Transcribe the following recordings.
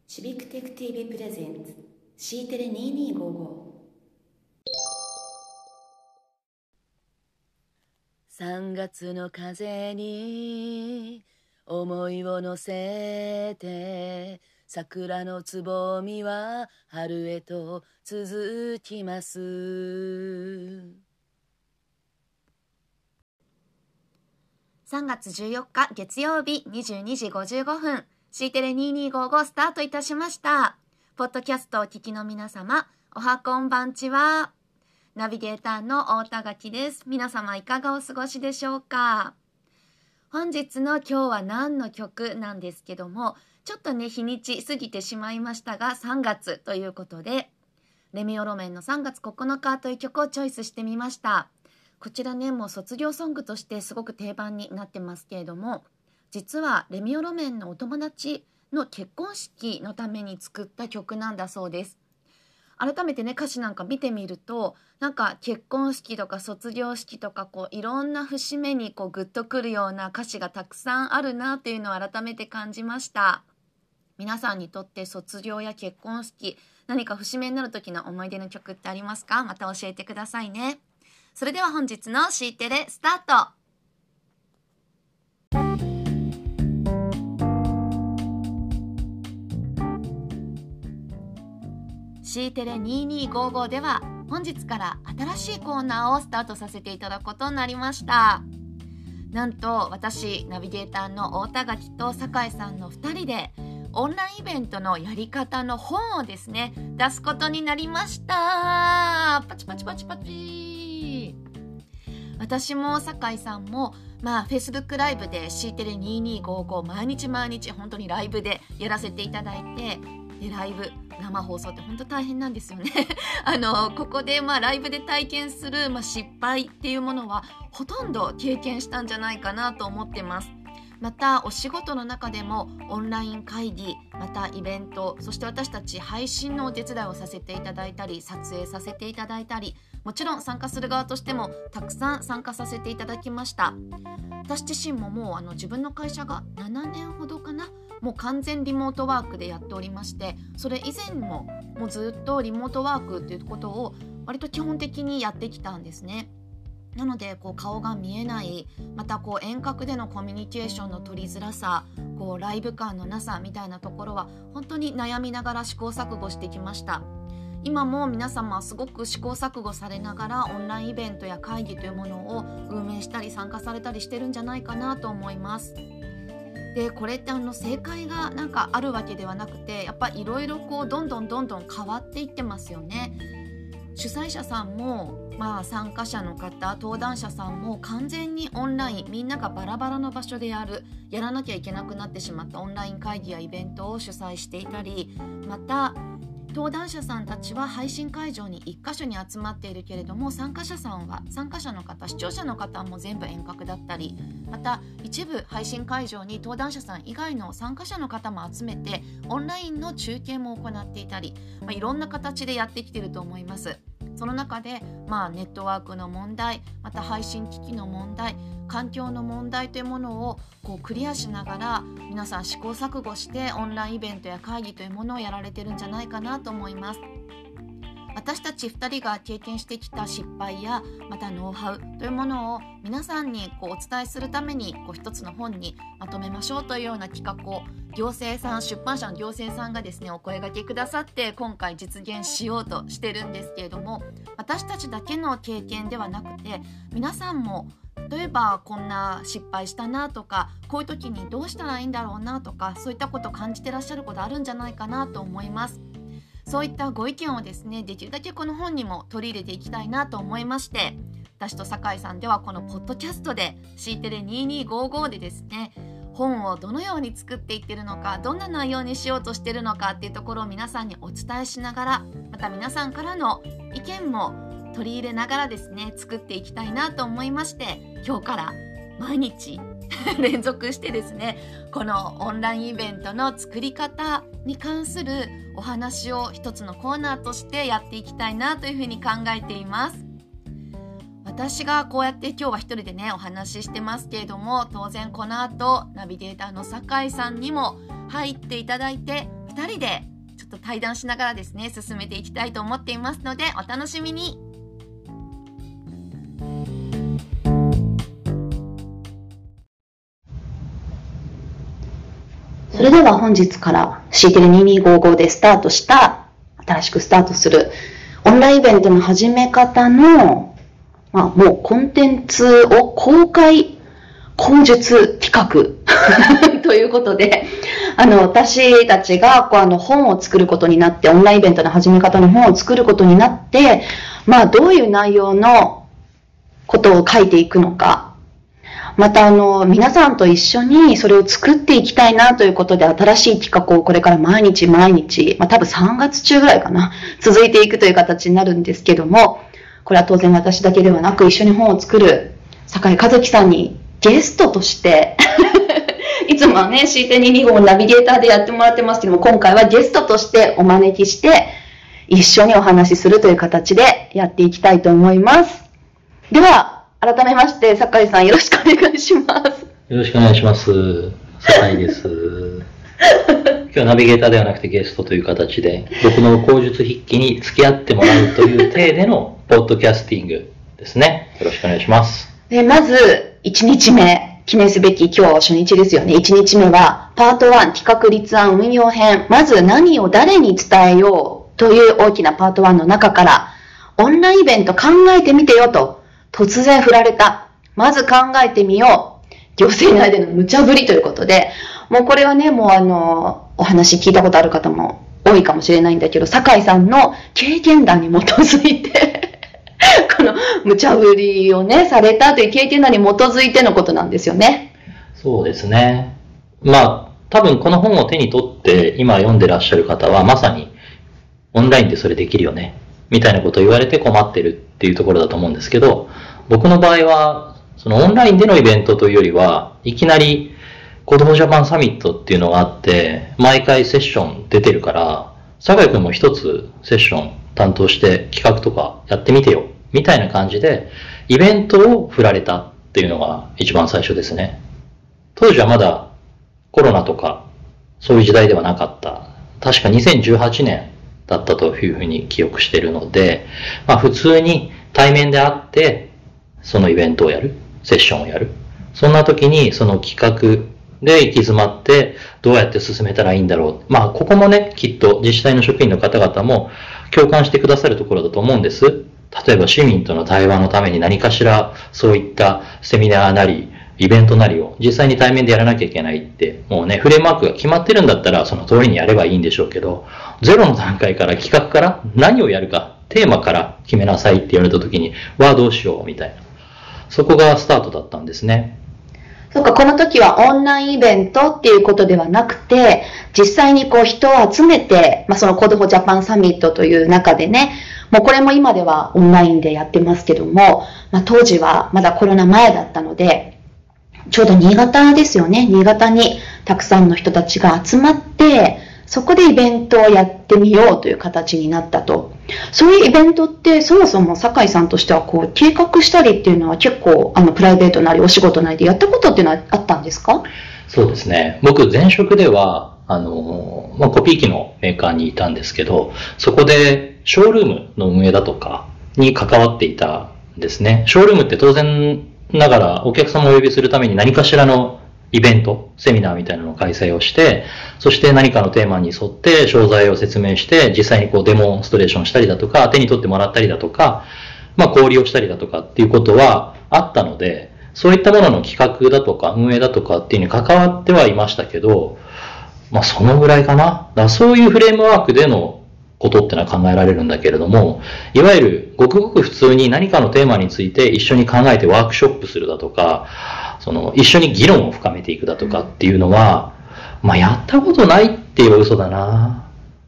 シビックテック TV プレゼンツ C テレ2255。 3月の風に思いを乗せて、桜のつぼみは春へと続きます。 3月14日月曜日22時55分、C テレ2255スタートいたしました。ポッドキャストをお聞きの皆様、おはこんばんちは。ナビゲーターの太田垣です。皆様いかがお過ごしでしょうか。本日の今日は何の曲なんですけども、ちょっとね日にち過ぎてしまいましたが、3月ということでレミオロメンの3月9日という曲をチョイスしてみました。こちらね、もう卒業ソングとしてすごく定番になってますけれども、実はレミオロメンのお友達の結婚式のために作った曲なんだそうです。改めてね歌詞なんか見てみると、なんか結婚式とか卒業式とかいろんな節目にグッとくるような歌詞がたくさんあるなというのを改めて感じました。皆さんにとって卒業や結婚式、何か節目になる時の思い出の曲ってありますか？また教えてくださいね。それでは本日の C テレスタート。C テレ2255では本日から新しいコーナーをスタートさせていただくことになりました。なんと私ナビゲーターの太田垣と酒井さんの2人でオンラインイベントのやり方の本をですね出すことになりました。パチパチパチパチ。私も酒井さんもFacebook ライブで C テレ2255毎日本当にライブでやらせていただいて、でライブ生放送って本当大変なんですよねここでライブで体験する、失敗っていうものはほとんど経験したんじゃないかなと思ってます。またお仕事の中でもオンライン会議、またイベント、そして私たち配信のお手伝いをさせていただいたり、撮影させていただいたり、もちろん参加する側としてもたくさん参加させていただきました。私自身ももう自分の会社が7年ほどかな、もう完全リモートワークでやっておりまして、それ以前ももうずっとリモートワークっていうことを割と基本的にやってきたんですね。なので顔が見えない、また遠隔でのコミュニケーションの取りづらさ、ライブ感のなさみたいなところは本当に悩みながら試行錯誤してきました。今も皆様すごく試行錯誤されながらオンラインイベントや会議というものを運営したり参加されたりしてるんじゃないかなと思います。でこれって正解がなんかあるわけではなくて、やっぱいろいろどんどん変わっていってますよね。主催者さんも、参加者の方、登壇者さんも完全にオンライン、みんながバラバラの場所でやらなきゃいけなくなってしまったオンライン会議やイベントを主催していたり、また登壇者さんたちは配信会場に1カ所に集まっているけれども、参加者の方、視聴者の方も全部遠隔だったり、また一部配信会場に登壇者さん以外の参加者の方も集めてオンラインの中継も行っていたり、いろんな形でやってきていると思います。その中で、ネットワークの問題、また配信機器の問題、環境の問題というものをクリアしながら皆さん試行錯誤してオンラインイベントや会議というものをやられてるんじゃないかなと思います。私たち2人が経験してきた失敗やまたノウハウというものを皆さんにお伝えするために一つの本にまとめましょうというような企画を出版社の行政さんがですねお声掛けくださって、今回実現しようとしてるんですけれども、私たちだけの経験ではなくて皆さんも例えばこんな失敗したなとか、こういう時にどうしたらいいんだろうなとか、そういったことを感じてらっしゃることあるんじゃないかなと思います。そういったご意見をですねできるだけこの本にも取り入れていきたいなと思いまして、私と酒井さんではこのポッドキャストで C テレ2255でですね、本をどのように作っていってるのか、どんな内容にしようとしてるのかっていうところを皆さんにお伝えしながら、また皆さんからの意見も取り入れながらですね作っていきたいなと思いまして、今日から毎日連続してですねこのオンラインイベントの作り方に関するお話を一つのコーナーとしてやっていきたいなというふうに考えています。私がこうやって今日は一人でねお話ししてますけれども、当然この後ナビゲーターの酒井さんにも入っていただいて2 2人でちょっと対談しながらですね、進めていきたいと思っていますので、お楽しみに。 それでは本日から C テレ2255でスタートした新しくスタートするオンラインイベントの始め方の、もうコンテンツを公開口述企画ということで、私たちが本を作ることになって、オンラインイベントの始め方の本を作ることになって、どういう内容のことを書いていくのか、また皆さんと一緒にそれを作っていきたいなということで、新しい企画をこれから毎日、多分3月中ぐらいかな、続いていくという形になるんですけども、これは当然私だけではなく、一緒に本を作る酒井和樹さんにゲストとしていつもはね C テレ225ナビゲーターでやってもらってますけども、今回はゲストとしてお招きして一緒にお話しするという形でやっていきたいと思います。では改めまして酒井さん、よろしくお願いします。 よろしくお願いします。酒井です。今日はナビゲーターではなくてゲストという形で、僕の口述筆記に付き合ってもらうという体でのポッドキャスティングですね。よろしくお願いします。 まず1日目、記念すべき今日初日ですよね。1日目はパート1、企画立案運用編。まず何を誰に伝えようという大きなパート1の中から、オンラインイベント考えてみてよと突然振られた。まず考えてみよう。行政内での無茶ぶりということで、もうこれはね、お話聞いたことある方も多いかもしれないんだけど、酒井さんの経験談に基づいてこの無茶ぶりをね、されたという経験談に基づいてのことなんですよね。 そうですね。多分この本を手に取って今読んでらっしゃる方は、まさにオンラインでそれできるよねみたいなことを言われて困ってるっていうところだと思うんですけど、僕の場合はそのオンラインでのイベントというよりは、いきなり子供ジャパンサミットっていうのがあって、毎回セッション出てるから、酒井くんも一つセッション担当して企画とかやってみてよみたいな感じでイベントを振られたっていうのが一番最初ですね。当時はまだコロナとかそういう時代ではなかった。確か2018年だったというふうに記憶しているので、普通に対面で会ってそのイベントをやる、セッションをやる。そんな時にその企画で行き詰まってどうやって進めたらいいんだろう。ここもね、きっと自治体の職員の方々も共感してくださるところだと思うんです。例えば市民との対話のために何かしらそういったセミナーなりイベントなりを実際に対面でやらなきゃいけないって、もうね、フレームワークが決まってるんだったらその通りにやればいいんでしょうけど、ゼロの段階から企画から何をやるか、テーマから決めなさいって言われた時に、どうしようみたいな。そこがスタートだったんですね。 そうか、この時はオンラインイベントっていうことではなくて、実際に人を集めて、その子どもジャパンサミットという中でね、もうこれも今ではオンラインでやってますけども、当時はまだコロナ前だったので、ちょうど新潟ですよね。新潟にたくさんの人たちが集まって、そこでイベントをやってみようという形になったと。そういうイベントってそもそも酒井さんとしては計画したりっていうのは結構プライベートなりお仕事なりでやったことっていうのはあったんですか？ そうですね。僕前職ではコピー機のメーカーにいたんですけど、そこでショールームの運営だとかに関わっていたんですね。ショールームって当然ながらお客様をお呼びするために何かしらのイベント、セミナーみたいなのを開催をして、そして何かのテーマに沿って商材を説明して、実際にデモンストレーションしたりだとか、手に取ってもらったりだとか、小売りをしたりだとかっていうことはあったので、そういったものの企画だとか運営だとかっていうのに関わってはいましたけど、そのぐらいかな。だからそういうフレームワークでのことってのは考えられるんだけれども、いわゆるごくごく普通に何かのテーマについて一緒に考えてワークショップするだとか、一緒に議論を深めていくだとかっていうのは、やったことないって言えば嘘だな。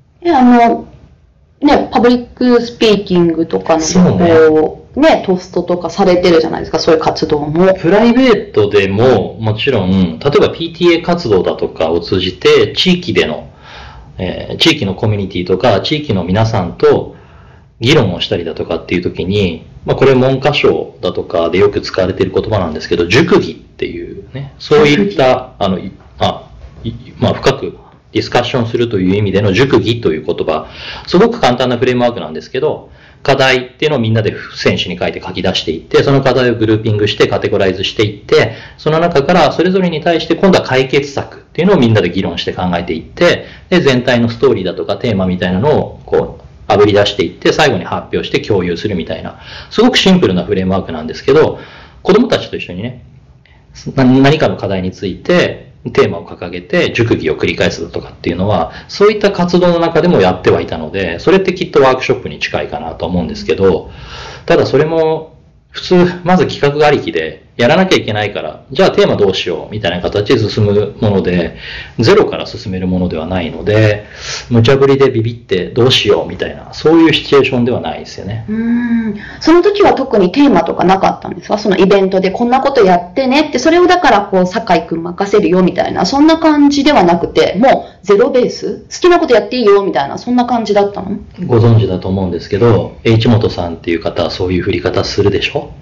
パブリックスピーキングとかのトーストとかされてるじゃないですか、そういう活動も。 プライベートでももちろん、例えば PTA 活動だとかを通じて地域での、地域のコミュニティとか地域の皆さんと議論をしたりだとかっていう時に、これ文科省だとかでよく使われている言葉なんですけど、熟議っていうね、そういった深くディスカッションするという意味での熟議という言葉、すごく簡単なフレームワークなんですけど、課題っていうのをみんなで付箋紙に書いて書き出していって、その課題をグルーピングしてカテゴライズしていって、その中からそれぞれに対して今度は解決策っていうのをみんなで議論して考えていって、で、全体のストーリーだとかテーマみたいなのをこう、あぶり出していって、最後に発表して共有するみたいな、すごくシンプルなフレームワークなんですけど、子供たちと一緒にね、何かの課題について、テーマを掲げて熟議を繰り返すだとかっていうのは、そういった活動の中でもやってはいたので、それってきっとワークショップに近いかなと思うんですけど、ただそれも普通、まず企画ありきでやらなきゃいけないから、じゃあテーマどうしようみたいな形で進むもので、ゼロから進めるものではないので、無茶ぶりでビビってどうしようみたいな、そういうシチュエーションではないですよね。 その時は特にテーマとかなかったんですか？そのイベントでこんなことやってねって、それをだからこう、酒井くん任せるよみたいな、そんな感じではなくて、もうゼロベース？好きなことやっていいよみたいな、そんな感じだったの？ ご存知だと思うんですけど、H 元さんっていう方はそういう振り方するでしょ？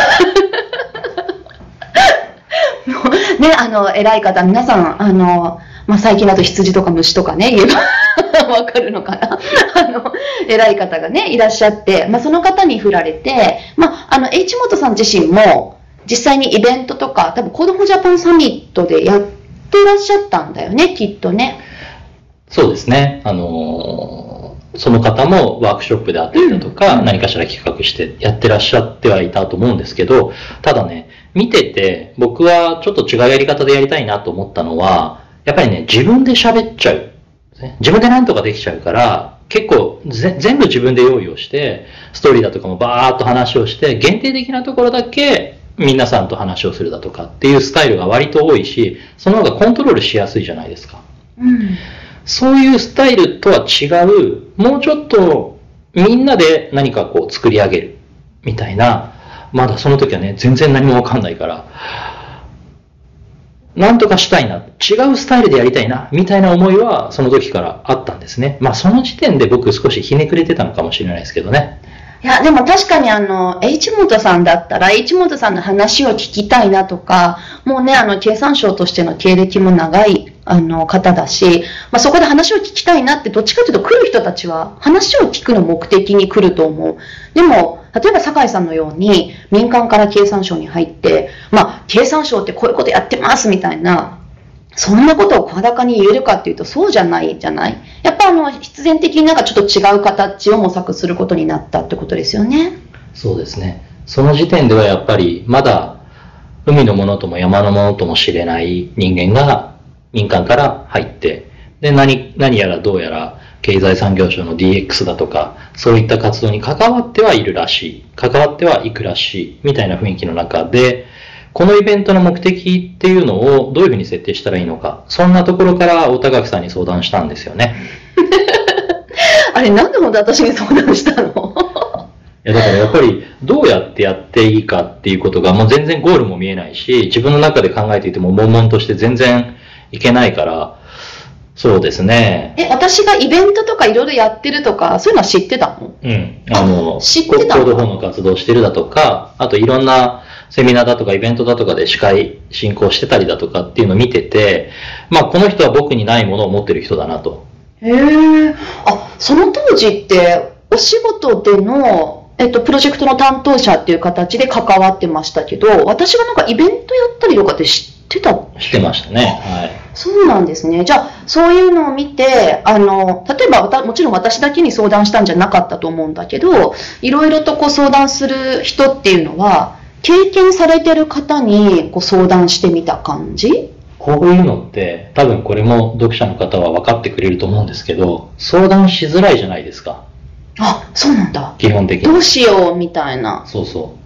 ね、偉い方、皆さん、最近だと羊とか虫とかね、言えばわかるのかな。偉い方がね、いらっしゃって、その方に振られて、H 元さん自身も、実際にイベントとか、多分、子供ジャパンサミットでやってらっしゃったんだよね、きっとね。 そうですね。その方もワークショップであったりだとか、何かしら企画してやってらっしゃってはいたと思うんですけど、ただね、見てて僕はちょっと違うやり方でやりたいなと思ったのは、やっぱりね、自分で喋っちゃう。自分で何とかできちゃうから、結構全部自分で用意をして、ストーリーだとかもバーっと話をして、限定的なところだけ皆さんと話をするだとかっていうスタイルが割と多いし、その方がコントロールしやすいじゃないですか。そういうスタイルとは違う、もうちょっとみんなで何かこう作り上げるみたいな、まだその時はね、全然何もわかんないから、なんとかしたいな、違うスタイルでやりたいな、みたいな思いはその時からあったんですね。その時点で僕少しひねくれてたのかもしれないですけどね。 いや、でも確かにH 元さんだったら、H 元さんの話を聞きたいなとか、もうね、経産省としての経歴も長い、方だし、そこで話を聞きたいなって、どっちかというと来る人たちは話を聞くの目的に来ると思う。でも、例えば酒井さんのように民間から経産省に入って、経産省ってこういうことやってますみたいな、そんなことを声高に言えるかっていうとそうじゃないじゃない？やっぱ必然的になんかちょっと違う形を模索することになったってことですよね。 そうですね。その時点ではやっぱりまだ海のものとも山のものとも知れない人間が民間から入って、で、何やらどうやら経済産業省の DX だとか、そういった活動に関わってはいるらしい、関わってはいくらしい、みたいな雰囲気の中で、このイベントの目的っていうのをどういうふうに設定したらいいのか、そんなところから大田垣さんに相談したんですよね。 あれ、なんで本当私に相談したの？ だからやっぱりどうやってやっていいかっていうことがもう全然ゴールも見えないし、自分の中で考えていても悶々として全然いけないから、そうですね。 私がイベントとかいろいろやってるとか、そういうのは知ってたの？知ってたの？ コードフォーの活動してるだとか、あといろんなセミナーだとかイベントだとかで司会進行してたりだとかっていうのを見てて、この人は僕にないものを持ってる人だなと。 その当時ってお仕事でのプロジェクトの担当者っていう形で関わってましたけど、私がなんかイベントやったりとかって知ってた？ 知ってましたね。はい。 そうなんですね。じゃあ、そういうのを見て、例えばもちろん私だけに相談したんじゃなかったと思うんだけど、いろいろと相談する人っていうのは、経験されてる方に相談してみた感じ？ こういうのって多分これも読者の方は分かってくれると思うんですけど、相談しづらいじゃないですか。 そうなんだ。 基本的に。 どうしようみたいな。 そうそう。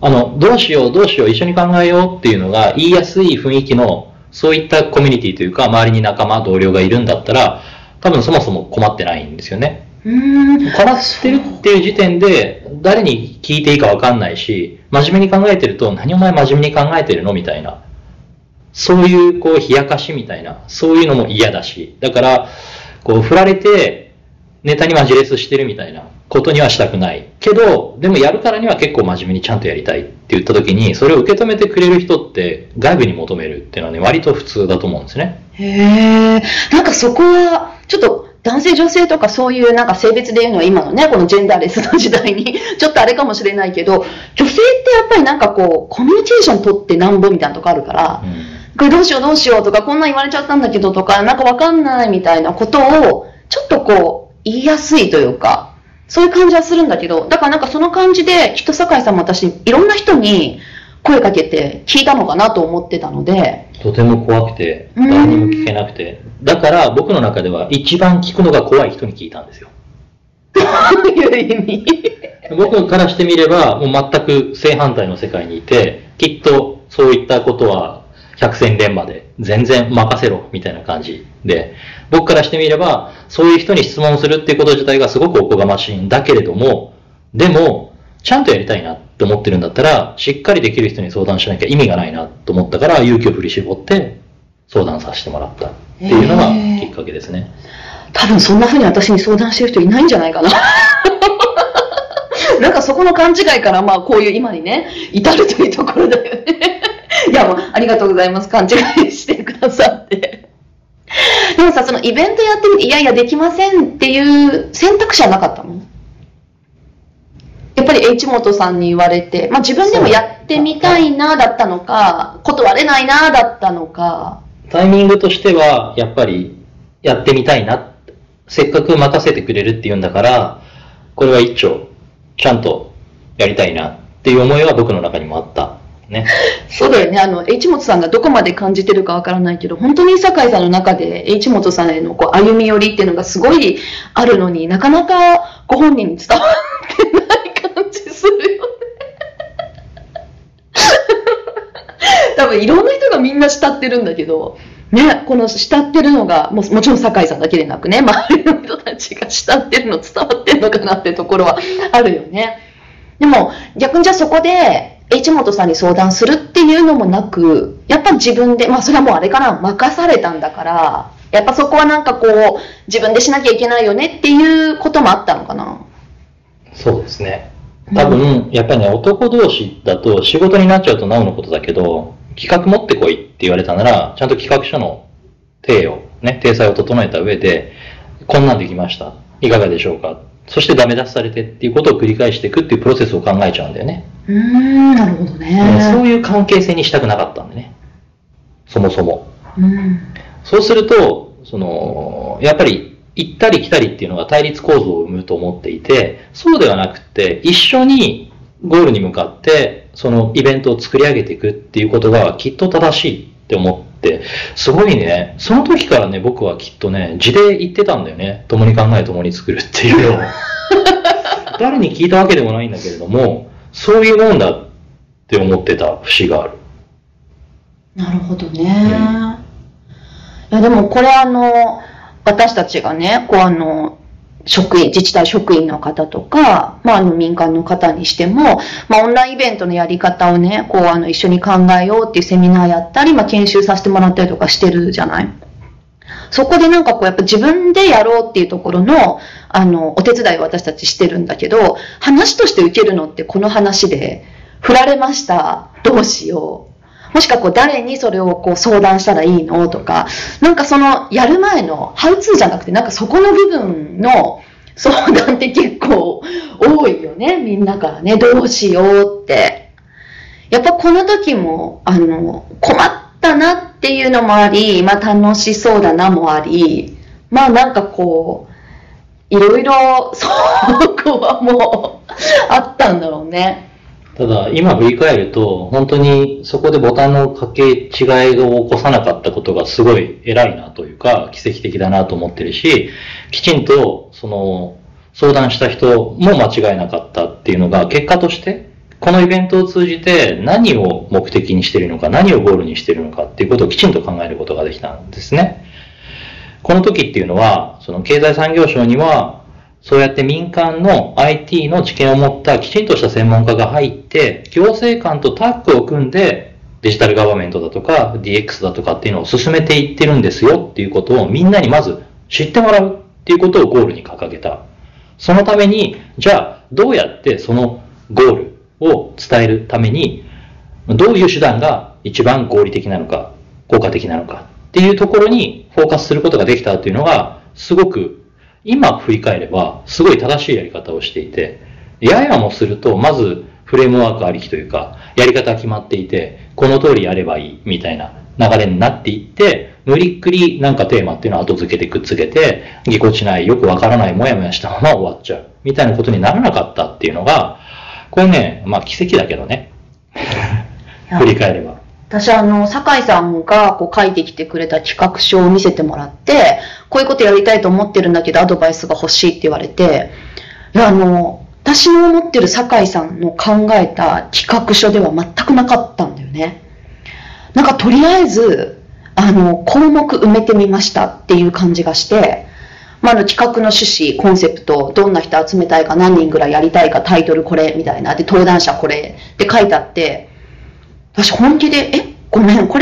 どうしよう、一緒に考えようっていうのが言いやすい雰囲気の、そういったコミュニティというか、周りに仲間、同僚がいるんだったら、多分そもそも困ってないんですよね。困ってるっていう時点で、誰に聞いていいか分かんないし、真面目に考えてると、何お前真面目に考えてるのみたいな。そういう冷やかしみたいな、そういうのも嫌だし、だから振られてネタにマジレスしてるみたいなことにはしたくないけど、でもやるからには結構真面目にちゃんとやりたいって言った時に、それを受け止めてくれる人って外部に求めるっていうのはね、割と普通だと思うんですね。 なんかそこはちょっと男性女性とかそういうなんか性別で言うのは今のね、このジェンダーレスな時代にちょっとあれかもしれないけど、女性ってやっぱりなんかこう、コミュニケーション取ってなんぼみたいなとこあるから、これどうしようとか、こんなん言われちゃったんだけどとか、なんかわかんないみたいなことを、ちょっとこう、言いやすいというか、そういう感じはするんだけど、だからなんかその感じで、きっと酒井さんも私、いろんな人に声かけて聞いたのかなと思ってたので。 とても怖くて、誰にも聞けなくて。だから僕の中では一番聞くのが怖い人に聞いたんですよ。 どういう意味？ 僕からしてみれば、もう全く正反対の世界にいて、きっとそういったことは百戦錬磨で全然任せろみたいな感じで、僕からしてみれば、そういう人に質問するっていうこと自体がすごくおこがましいんだけれども、でも、ちゃんとやりたいなって思ってるんだったら、しっかりできる人に相談しなきゃ意味がないなと思ったから、勇気を振り絞って相談させてもらったっていうのがきっかけですね。 多分そんな風に私に相談してる人いないんじゃないかな。なんかそこの勘違いからまあこういう今にね、至るというところだよね。いやもうありがとうございます。勘違いしてくださって。でもさ、そのイベントやってみて、いやいやできませんっていう選択肢はなかったの？やっぱり H 本さんに言われて、まあ自分でもやってみたいなだったのか、断れないなだったのか。 タイミングとしては、やっぱりやってみたいな。せっかく任せてくれるって言うんだから、これは一丁、ちゃんとやりたいなっていう思いは僕の中にもあった。ね。 そうだよね。H 本さんがどこまで感じてるかわからないけど、本当に酒井さんの中で H 本さんへのこう歩み寄りっていうのがすごいあるのになかなかご本人に伝わってない感じするよね。多分いろんな人がみんな慕ってるんだけど、ね、この慕ってるのが、もちろん酒井さんだけでなくね、周りの人たちが慕ってるの伝わってるのかなってところはあるよね。でも逆にじゃあそこで、H 本さんに相談するっていうのもなく、やっぱ自分で、まあそれはもうあれかな、任されたんだから、やっぱそこはなんかこう、自分でしなきゃいけないよねっていうこともあったのかな。 そうですね。多分、やっぱりね、男同士だと仕事になっちゃうとなおのことだけど、企画持ってこいって言われたなら、ちゃんと企画書の体裁を整えた上で、こんなんできました。いかがでしょうか。そしてダメ出しされてっていうことを繰り返していくっていうプロセスを考えちゃうんだよね。 なるほどね。 そういう関係性にしたくなかったんでね。そもそも。そうすると、やっぱり行ったり来たりっていうのが対立構造を生むと思っていて、そうではなくて、一緒にゴールに向かって、そのイベントを作り上げていくっていうことがきっと正しいって思って、すごいね、その時からね、僕はきっとね、字で言ってたんだよね。共に考え、共に作るっていうのを。誰に聞いたわけでもないんだけれども、そういうもんだって思ってた節がある。 なるほどね。いやでもこれ私たちがね、こう自治体職員の方とか、まあ民間の方にしても、まあオンラインイベントのやり方をね、こう一緒に考えようっていうセミナーやったり、まあ研修させてもらったりとかしてるじゃない。そこでなんかこうやっぱ自分でやろうっていうところの、お手伝いを私たちしてるんだけど、話として受けるのってこの話で、振られました。どうしよう。もしくはこう誰にそれをこう相談したらいいのとか、なんかやる前のハウツーじゃなくて、なんかそこの部分の相談って結構多いよね。みんなからね、どうしようって。やっぱこの時も、困ったなっていうのもあり、まあ楽しそうだなもあり、まあなんかこう、いろいろ、そこはもう、あったんだろうね。 ただ、今振り返ると、本当にそこでボタンの掛け違いを起こさなかったことがすごい偉いなというか、奇跡的だなと思ってるし、きちんと、相談した人も間違いなかったっていうのが、結果として、このイベントを通じて何を目的にしているのか、何をゴールにしているのかっていうことをきちんと考えることができたんですね。この時っていうのは、経済産業省には、そうやって民間の IT の知見を持ったきちんとした専門家が入って、行政官とタッグを組んで、デジタルガバメントだとか DX だとかっていうのを進めていってるんですよっていうことをみんなにまず知ってもらうっていうことをゴールに掲げた。そのために、じゃあどうやってそのゴールを伝えるために、どういう手段が一番合理的なのか、効果的なのかっていうところにフォーカスすることができたっていうのが、 すごく、今振り返れば、すごい正しいやり方をしていて、ややもすると、まずフレームワークありきというか、やり方が決まっていて、この通りやればいいみたいな流れになっていって、無理っくりなんかテーマっていうのを後付けてくっつけて、ぎこちない、よくわからない、もやもやしたまま終わっちゃう。みたいなことにならなかったっていうのが、これね、まあ奇跡だけどね。振り返れば。 私酒井さんがこう書いてきてくれた企画書を見せてもらって、こういうことやりたいと思ってるんだけど、アドバイスが欲しいって言われて、いや、私の思ってる酒井さんの考えた企画書では全くなかったんだよね。なんかとりあえず、項目埋めてみましたっていう感じがして、まあ、企画の趣旨、コンセプト、どんな人集めたいか、何人ぐらいやりたいか、タイトルこれ、みたいな。で、登壇者これ、って書いてあって、私本気で、ごめん、これ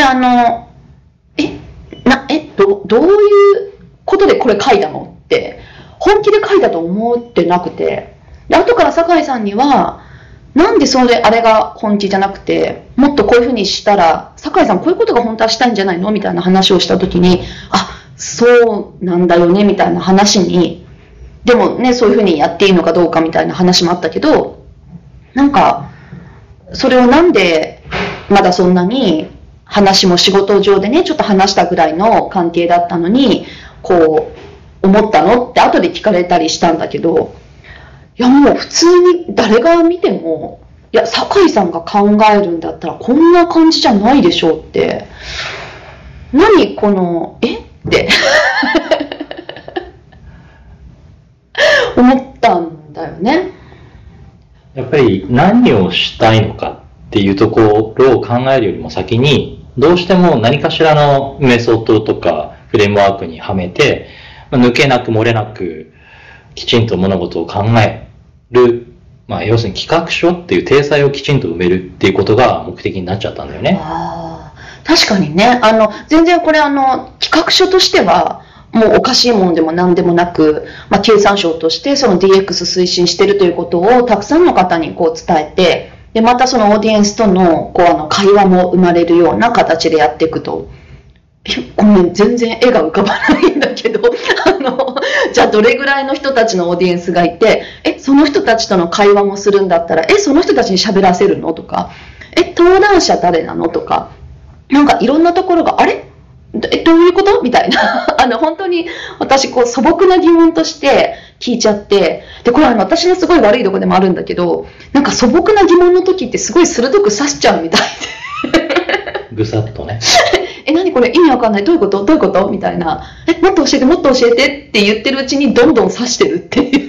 どういうことでこれ書いたのって、本気で書いたと思ってなくて、で、後から酒井さんには、なんであれが本気じゃなくて、もっとこういう風にしたら、酒井さんこういうことが本当はしたいんじゃないのみたいな話をしたときに、そうなんだよね、みたいな話に、でもね、そういう風にやっていいのかどうかみたいな話もあったけど、なんか、それをなんで、まだそんなに、話も仕事上でね、ちょっと話したぐらいの関係だったのに、こう、思ったのって後で聞かれたりしたんだけど、いやもう普通に誰が見ても、いや、酒井さんが考えるんだったらこんな感じじゃないでしょうって、何この、って思ったんだよね。 やっぱり何をしたいのかっていうところを考えるよりも先に、どうしても何かしらのメソッドとかフレームワークにはめて、抜けなく漏れなくきちんと物事を考える、まあ要するに企画書っていう体裁をきちんと埋めるっていうことが目的になっちゃったんだよね。 確かにね、全然これ企画書としては、もうおかしいもんでも何でもなく、まあ、経産省としてその DX 推進してるということをたくさんの方にこう伝えて、で、またそのオーディエンスとの会話も生まれるような形でやっていくと。ごめん、全然絵が浮かばないんだけど、じゃあどれぐらいの人たちのオーディエンスがいて、その人たちとの会話もするんだったら、その人たちに喋らせるのとか、登壇者誰なのとか、なんかいろんなところが、どういうことみたいな。本当に私素朴な疑問として聞いちゃって、で、これ私のすごい悪いとこでもあるんだけど、なんか素朴な疑問の時ってすごい鋭く刺しちゃうみたいで。 ぐさっとね。 何これ意味わかんない。どういうことみたいな。もっと教えてって言ってるうちにどんどん刺してるっていう。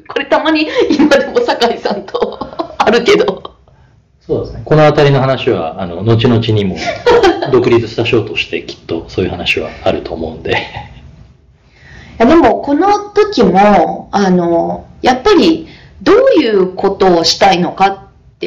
これたまに今でも酒井さんとあるけど。 そうですね。このあたりの話は、後々にも独立した章としてきっとそういう話はあると思うんで。 でも、この時も、やっぱり、どういうことをしたいのかって、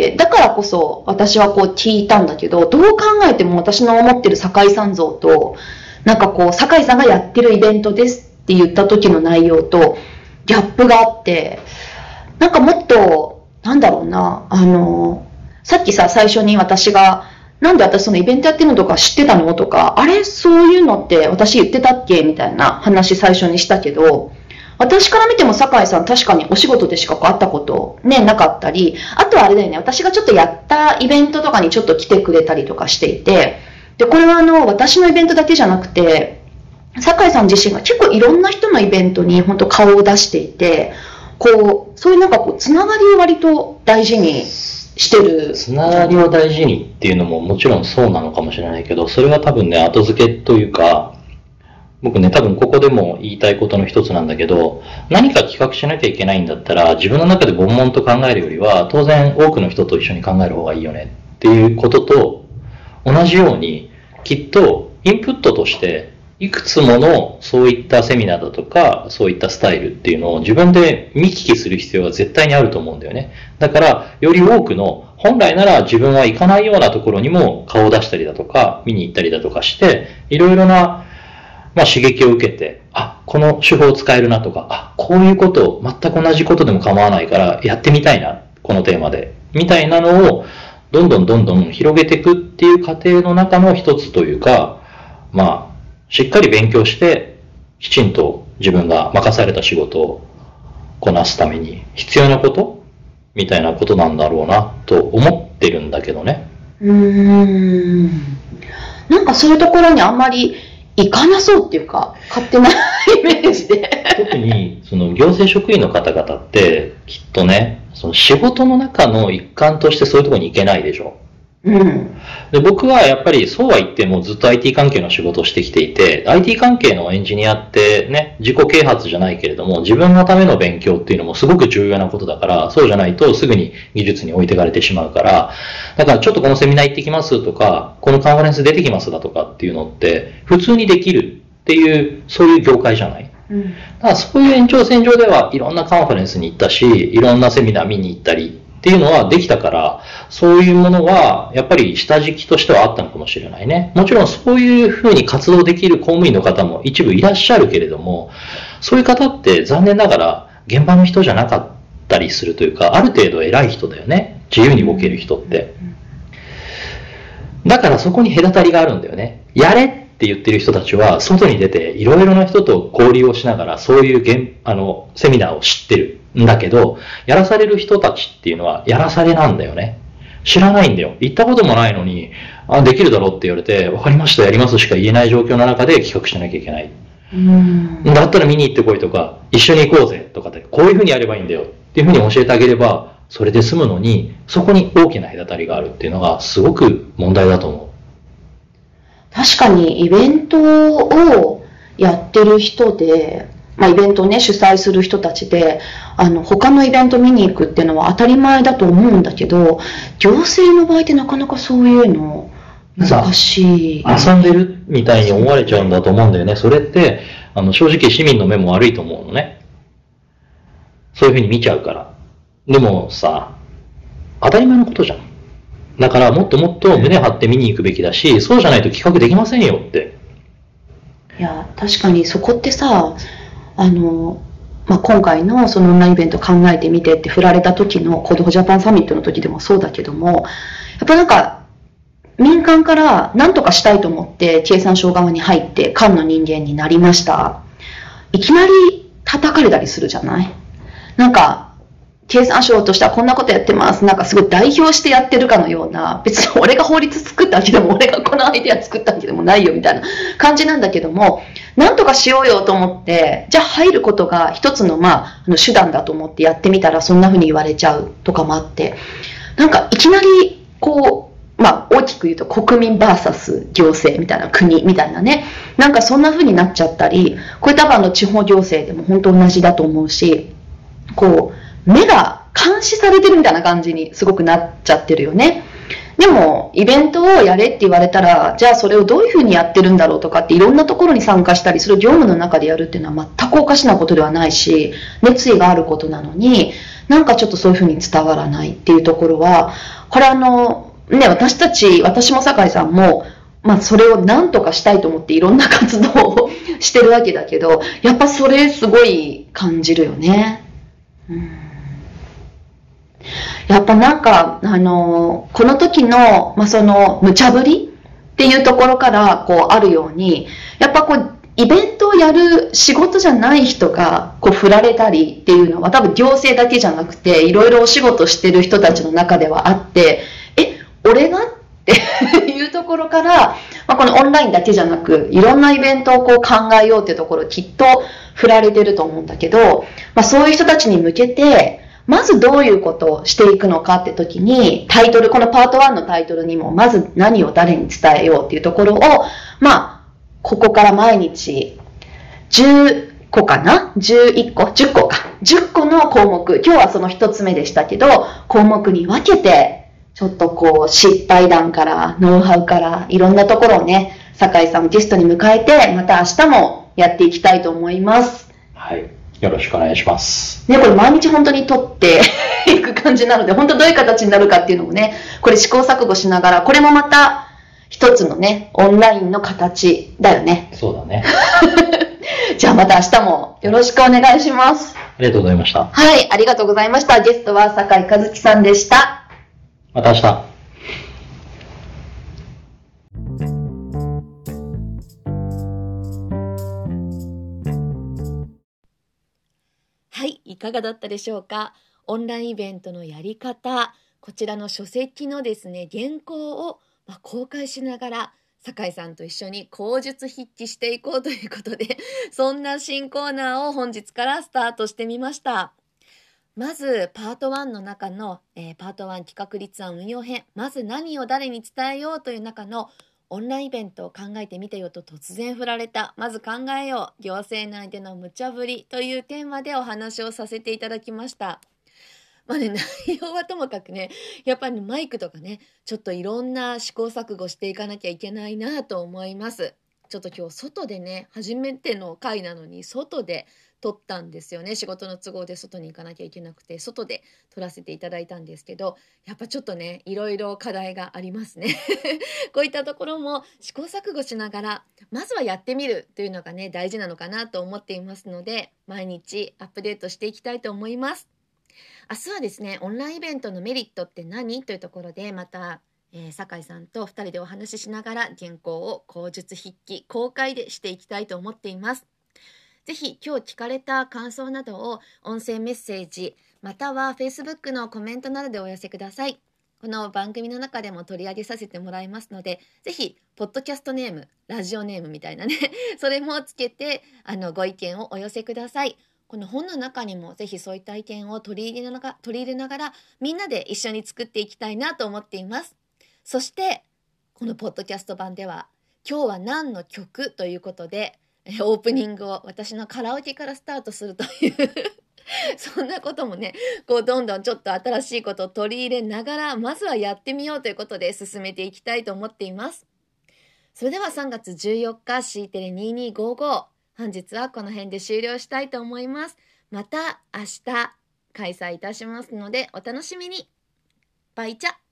だからこそ私は聞いたんだけど、どう考えても私の思ってる酒井さん像と、なんか酒井さんがやってるイベントですって言った時の内容と、ギャップがあって、なんかもっと、なんだろうな、さっきさ、最初に私が、なんで私そのイベントやってるのとか知ってたのとか、そういうのって私言ってたっけみたいな話最初にしたけど、私から見ても酒井さん確かにお仕事でしか会ったことね、なかったり、あとはあれだよね、私がちょっとやったイベントとかにちょっと来てくれたりとかしていて、で、これは私のイベントだけじゃなくて、酒井さん自身が結構いろんな人のイベントに本当顔を出していて、そういうなんかつながりを割と大事にしてる。 つながりを大事にっていうのももちろんそうなのかもしれないけど、それは多分ね、後付けというか、僕ね、多分ここでも言いたいことの一つなんだけど、何か企画しなきゃいけないんだったら、自分の中で悶々と考えるよりは、当然多くの人と一緒に考える方がいいよねっていうことと同じように、きっとインプットとしていくつものそういったセミナーだとか、そういったスタイルっていうのを自分で見聞きする必要が絶対にあると思うんだよね。だから、より多くの、本来なら自分は行かないようなところにも顔を出したりだとか、見に行ったりだとかして、いろいろな、刺激を受けて、この手法を使えるなとか、こういうことを、全く同じことでも構わないからやってみたいな、このテーマで。みたいなのを、どんどん広げていくっていう過程の中の一つというか、しっかり勉強して、きちんと自分が任された仕事をこなすために必要なことみたいなことなんだろうなと思ってるんだけどね。 なんかそういうところにあんまり行かなそうっていうか、勝手なイメージで。 特にその行政職員の方々ってきっとね、その仕事の中の一環としてそういうところに行けないでしょ。で、僕はやっぱりそうは言ってもずっと IT 関係の仕事をしてきていて、IT 関係のエンジニアってね、自己啓発じゃないけれども、自分のための勉強っていうのもすごく重要なことだから、そうじゃないとすぐに技術に置いてかれてしまうから、だからちょっとこのセミナー行ってきますとか、このカンファレンス出てきますだとかっていうのって、普通にできるっていう、そういう業界じゃない。だからそういう延長線上ではいろんなカンファレンスに行ったし、いろんなセミナー見に行ったりっていうのはできたから、そういうものはやっぱり下敷きとしてはあったのかもしれないね。もちろんそういうふうに活動できる公務員の方も一部いらっしゃるけれども、そういう方って残念ながら現場の人じゃなかったりするというか、ある程度偉い人だよね。自由に動ける人って。だからそこに隔たりがあるんだよね。やれって言ってる人たちは外に出ていろいろな人と交流をしながらそういうセミナーを知ってるんだけど、やらされる人たちっていうのはやらされなんだよね。知らないんだよ。行ったこともないのに、できるだろうって言われて、わかりました、やりますしか言えない状況の中で企画しなきゃいけない。だったら見に行ってこいとか、一緒に行こうぜとかで、こういうふうにやればいいんだよっていうふうに教えてあげれば、それで済むのに、そこに大きな隔たりがあるっていうのがすごく問題だと思う。 確かにイベントをやってる人で、イベントをね、主催する人たちで、他のイベント見に行くっていうのは当たり前だと思うんだけど、行政の場合ってなかなかそういうの難しい。 遊んでるみたいに思われちゃうんだと思うんだよね。それって、正直市民の目も悪いと思うのね。そういうふうに見ちゃうから。でもさ、当たり前のことじゃん。だからもっともっと胸張って見に行くべきだし、そうじゃないと企画できませんよって。 いや、確かにそこってさ、今回のそのオンラインイベント考えてみてって振られた時のコードフォージャパンサミットの時でもそうだけども、やっぱなんか民間から何とかしたいと思って経産省側に入って官の人間になりました。いきなり叩かれたりするじゃない？なんか経産省としてはこんなことやってます。なんかすごい代表してやってるかのような、別に俺が法律作ったわけでも、俺がこのアイデア作ったわけでもないよみたいな感じなんだけども、なんとかしようよと思って、じゃあ入ることが一つの手段だと思ってやってみたらそんな風に言われちゃうとかもあって、なんかいきなりこう、大きく言うと国民 VS 行政みたいな国みたいなね、なんかそんな風になっちゃったり、これ多分地方行政でも本当同じだと思うし、こう、目が監視されてるみたいな感じにすごくなっちゃってるよね。でも、イベントをやれって言われたら、じゃあそれをどういうふうにやってるんだろうとかっていろんなところに参加したり、それを業務の中でやるっていうのは全くおかしなことではないし、熱意があることなのに、なんかちょっとそういうふうに伝わらないっていうところは、これ私も酒井さんも、それを何とかしたいと思っていろんな活動をしてるわけだけど、やっぱそれすごい感じるよね。やっぱなんか、この時の、その、無茶ぶりっていうところから、あるように、やっぱイベントをやる仕事じゃない人が、振られたりっていうのは、多分行政だけじゃなくて、いろいろお仕事してる人たちの中ではあって、俺がっていうところから、このオンラインだけじゃなく、いろんなイベントを考えようっていうところ、きっと振られてると思うんだけど、そういう人たちに向けて、まずどういうことをしていくのかって時に、このパート1のタイトルにも、まず何を誰に伝えようっていうところを、ここから毎日、10個かな ?11 個 ?10 個か。10個の項目、今日はその1つ目でしたけど、項目に分けて、ちょっと失敗談から、ノウハウから、いろんなところをね、酒井さんをゲストに迎えて、また明日もやっていきたいと思います。 はい。よろしくお願いします。 ね、これ毎日本当に撮っていく感じなので、本当どういう形になるかっていうのもね、これ試行錯誤しながら、これもまた一つのね、オンラインの形だよね。 そうだね。 じゃあまた明日もよろしくお願いします。 ありがとうございました。 はい、ありがとうございました。ゲストは酒井一樹さんでした。 また明日。 はい、いかがだったでしょうか。オンラインイベントのやり方、こちらの書籍のですね、原稿を公開しながら、酒井さんと一緒に口述筆記していこうということで、そんな新コーナーを本日からスタートしてみました。まずパート1の中の、パート1企画立案運用編、まず何を誰に伝えようという中のオンラインイベントを考えてみてよと突然振られた、まず考えよう、行政内での無茶ぶりというテーマでお話をさせていただきました。内容はともかくね、やっぱりマイクとかね、ちょっといろんな試行錯誤していかなきゃいけないなと思います。ちょっと今日外でね、初めての回なのに外で撮ったんですよね。仕事の都合で外に行かなきゃいけなくて、外で撮らせていただいたんですけど、やっぱちょっとね、いろいろ課題がありますね。こういったところも試行錯誤しながら、まずはやってみるというのがね、大事なのかなと思っていますので、毎日アップデートしていきたいと思います。明日はですね、オンラインイベントのメリットって何というところで、また、酒井さんと2人でお話ししながら原稿を口述筆記公開でしていきたいと思っています。ぜひ今日聞かれた感想などを音声メッセージまたは Facebook のコメントなどでお寄せください。この番組の中でも取り上げさせてもらいますので、ぜひポッドキャストネーム、ラジオネームみたいなねそれもつけてご意見をお寄せください。この本の中にもぜひそういった意見を取り入れながらみんなで一緒に作っていきたいなと思っています。そしてこのポッドキャスト版では今日は何の曲ということでオープニングを私のカラオケからスタートするというそんなこともね、こうどんどんちょっと新しいことを取り入れながらまずはやってみようということで進めていきたいと思っています。それでは3月14日 C テレ2255、本日はこの辺で終了したいと思います。また明日開催いたしますのでお楽しみに。バイチャ。